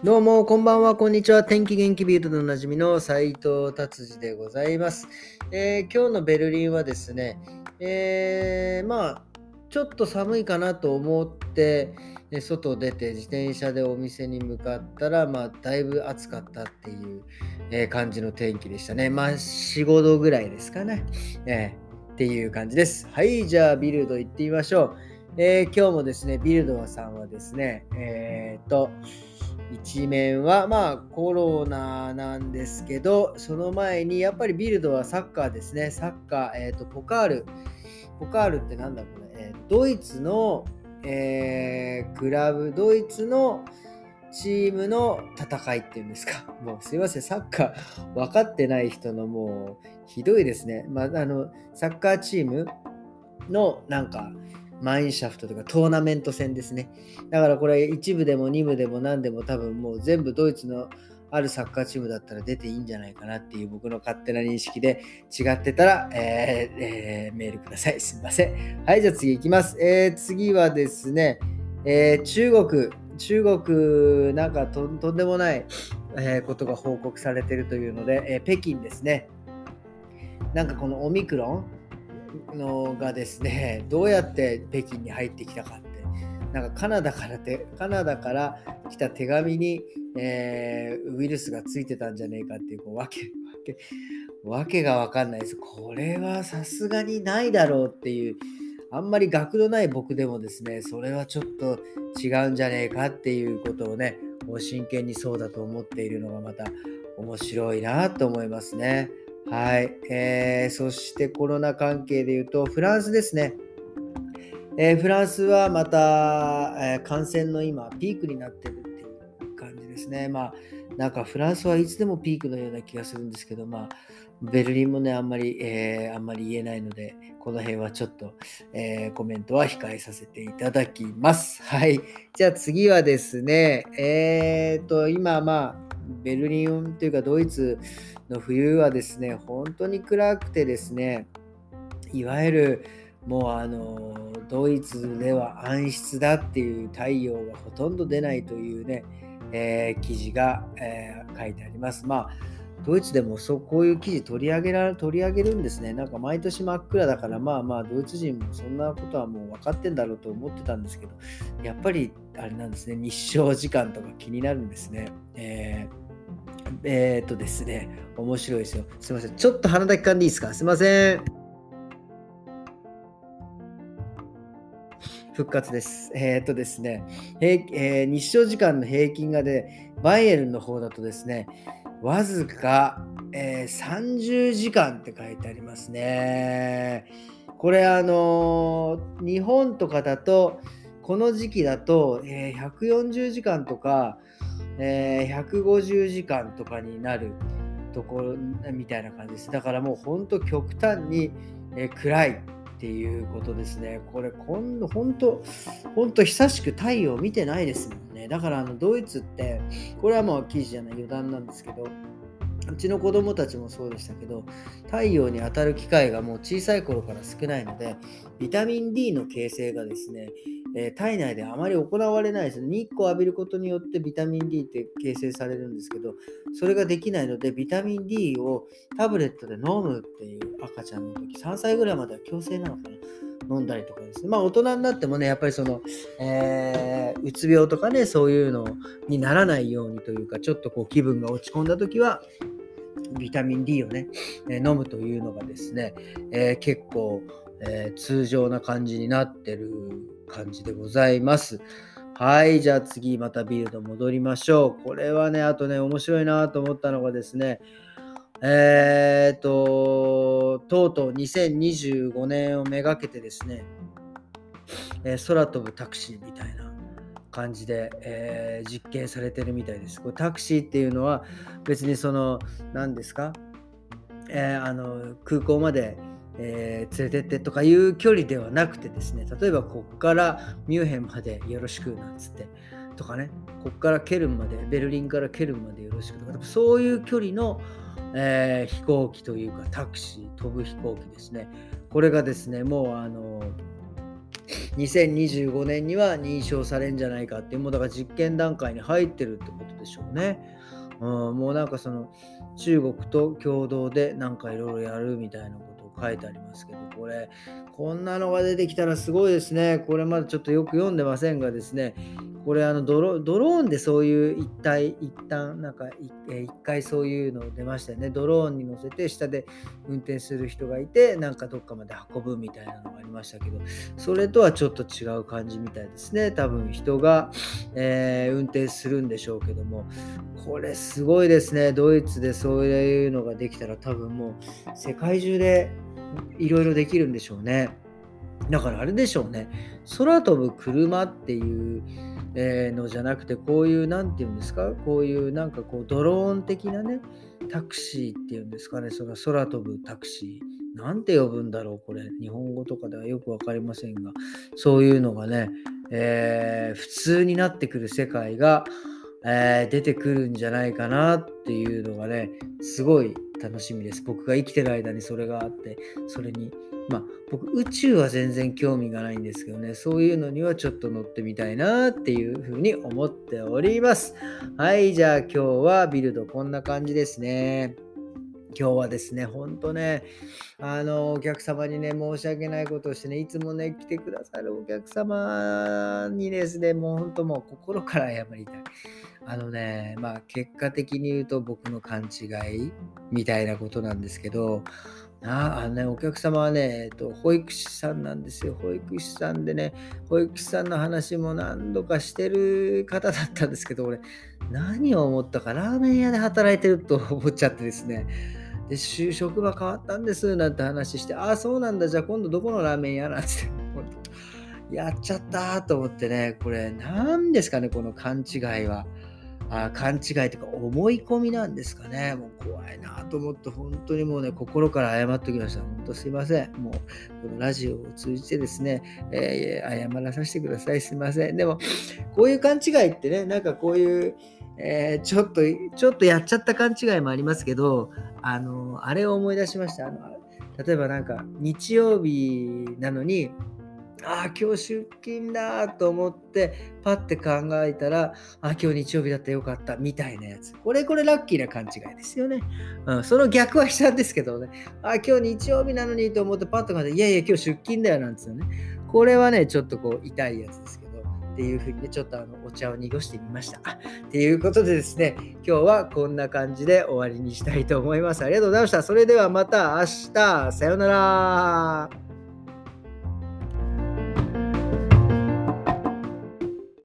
どうも、こんばんは、こんにちは。天気元気ビルドでおなじみの斉藤達治でございます。今日のベルリンはですね、ちょっと寒いかなと思って、外出て自転車でお店に向かったら、だいぶ暑かったっていう、感じの天気でしたね。4、5度ぐらいですかね。っていう感じです。はい、じゃあ、ビルド行ってみましょう。今日もですね、ビルドさんはですね、一面はコロナなんですけど、その前にやっぱりビルドはサッカーですね。サッカー、ポカール。ポカールってなんだこれ、ドイツの、クラブ、ドイツのチームの戦いっていうんですか。もうすいません、サッカー分かってない人のもうひどいですね。サッカーチームのマインシャフトとかトーナメント戦ですね。だからこれ1部でも2部でも何でも多分もう全部ドイツのあるサッカーチームだったら出ていいんじゃないかなっていう僕の勝手な認識で違ってたら、メールください。すみません。はい、じゃあ次行きます。次はですね、中国とんでもない、ことが報告されているというので、北京ですね。このオミクロンのがですね、どうやって北京に入ってきたかって、カナダから来た手紙に、ウイルスがついてたんじゃねえかっていう、わけがわかんないです。これはさすがにないだろうっていう、あんまり学のない僕でもですね、それはちょっと違うんじゃねえかっていうことをね、もう真剣にそうだと思っているのがまた面白いなと思いますね。はい。そしてコロナ関係で言うと、フランスですね。フランスはまた、感染の今、ピークになってるっていう感じですね。フランスはいつでもピークのような気がするんですけど、ベルリンもね、あんまり言えないので、この辺はちょっと、コメントは控えさせていただきます。はい。じゃあ次はですね、今、ベルリンというかドイツの冬はですね、本当に暗くてですね、いわゆるもうドイツでは暗室だっていう太陽がほとんど出ないというね、記事が、書いてあります。ドイツでもこういう記事取り上げるんですね。毎年真っ暗だから、ドイツ人もそんなことはもう分かってんだろうと思ってたんですけど、やっぱりあれなんですね、日照時間とか気になるんですね。ですね、面白いですよ。すいません。ちょっと鼻だけ噛んでいいですか？すいません。復活です。ですね、日照時間の平均がで、バイエルンの方だとですね、わずか、30時間って書いてありますね。これ日本とかだと、この時期だと、140時間とか、150時間とかになるところみたいな感じです。だからもうほんと極端に、暗いっていうことですね。これ、ほんと久しく太陽を見てないですもんね。だからドイツって、これはもう記事じゃない余談なんですけど、うちの子供たちもそうでしたけど、太陽に当たる機会がもう小さい頃から少ないので、ビタミン D の形成がですね、体内であまり行われないですね。日光を浴びることによってビタミン D って形成されるんですけど、それができないので、ビタミン D をタブレットで飲むっていう赤ちゃんの時、3歳ぐらいまでは強制なのかな。飲んだりとかですね。大人になってもね、やっぱりうつ病とかね、そういうのにならないようにというか、ちょっとこう気分が落ち込んだ時は、ビタミン D をね、飲むというのがですね、結構、通常な感じになってる感じでございます。はい、じゃあ次またビルド戻りましょう。これはね、あとね、面白いなと思ったのがですね、とうとう2025年をめがけてですね、空飛ぶタクシーみたいな感じで、実験されてるみたいです。これタクシーっていうのは別に何ですか、空港まで、連れてってとかいう距離ではなくてですね、例えばこっからミュンヘンまでよろしくなんつってとかね、こっからケルンまで、ベルリンからケルンまでよろしくとか、そういう距離の、飛行機というかタクシー、飛ぶ飛行機ですね。これがですね、もう 2025年には認証されるんじゃないかっていう、もうだから実験段階に入ってるってことでしょうね。もうなんかその中国と共同でなんかいろいろやるみたいなことを書いてありますけど、こんなのが出てきたらすごいですね。これまだちょっとよく読んでませんがですね、これドローンでそういう一旦なんか一回そういうの出ましたよね。ドローンに乗せて下で運転する人がいて、なんかどっかまで運ぶみたいなのがありましたけど、それとはちょっと違う感じみたいですね。多分人が、運転するんでしょうけども、これすごいですね。ドイツでそういうのができたら多分もう世界中でいろいろできるんでしょうね。だからあれでしょうね。空飛ぶ車っていうのじゃなくて、こういうなんていうんですか、こういうなんかこうドローン的なね、タクシーっていうんですかね、その空飛ぶタクシー。なんて呼ぶんだろう、これ。日本語とかではよくわかりませんが、そういうのがね、普通になってくる世界が、出てくるんじゃないかなっていうのがね、すごい楽しみです。僕が生きてる間にそれがあって、それに、僕宇宙は全然興味がないんですけどね、そういうのにはちょっと乗ってみたいなっていうふうに思っております。はい、じゃあ今日はビルドこんな感じですね。今日はですね、ほんとね、お客様にね、申し訳ないことをしてね、いつもね、来てくださるお客様にですね、もうほんともう心から謝りたい。結果的に言うと僕の勘違いみたいなことなんですけど、お客様はね、保育士さんなんですよ。保育士さんでね、保育士さんの話も何度かしてる方だったんですけど、俺、何を思ったか、ラーメン屋で働いてると思っちゃってですね。で、職場変わったんですなんて話して、ああ、そうなんだ、じゃあ今度どこのラーメン屋なんつって、ほんとやっちゃったと思ってね、これ何ですかね、この勘違いは。勘違いというか思い込みなんですかね。もう怖いなと思って、本当にもうね、心から謝っておきました。本当すいません。もう、このラジオを通じてですね、謝らさせてください。すいません。でも、こういう勘違いってね、なんかこういう、ちょっとやっちゃった勘違いもありますけど、あれを思い出しました。例えばなんか、日曜日なのに、今日出勤だと思って、パッて考えたら、今日日曜日だったらよかったみたいなやつ。これラッキーな勘違いですよね。その逆はしたんですけどね。今日日曜日なのにと思ってパッと考えて、いやいや、今日出勤だよなんですよね。これはね、ちょっとこう痛いやつですけど、っていうふうにね、ちょっとお茶を濁してみました。っていうことでですね、今日はこんな感じで終わりにしたいと思います。ありがとうございました。それではまた明日、さようなら。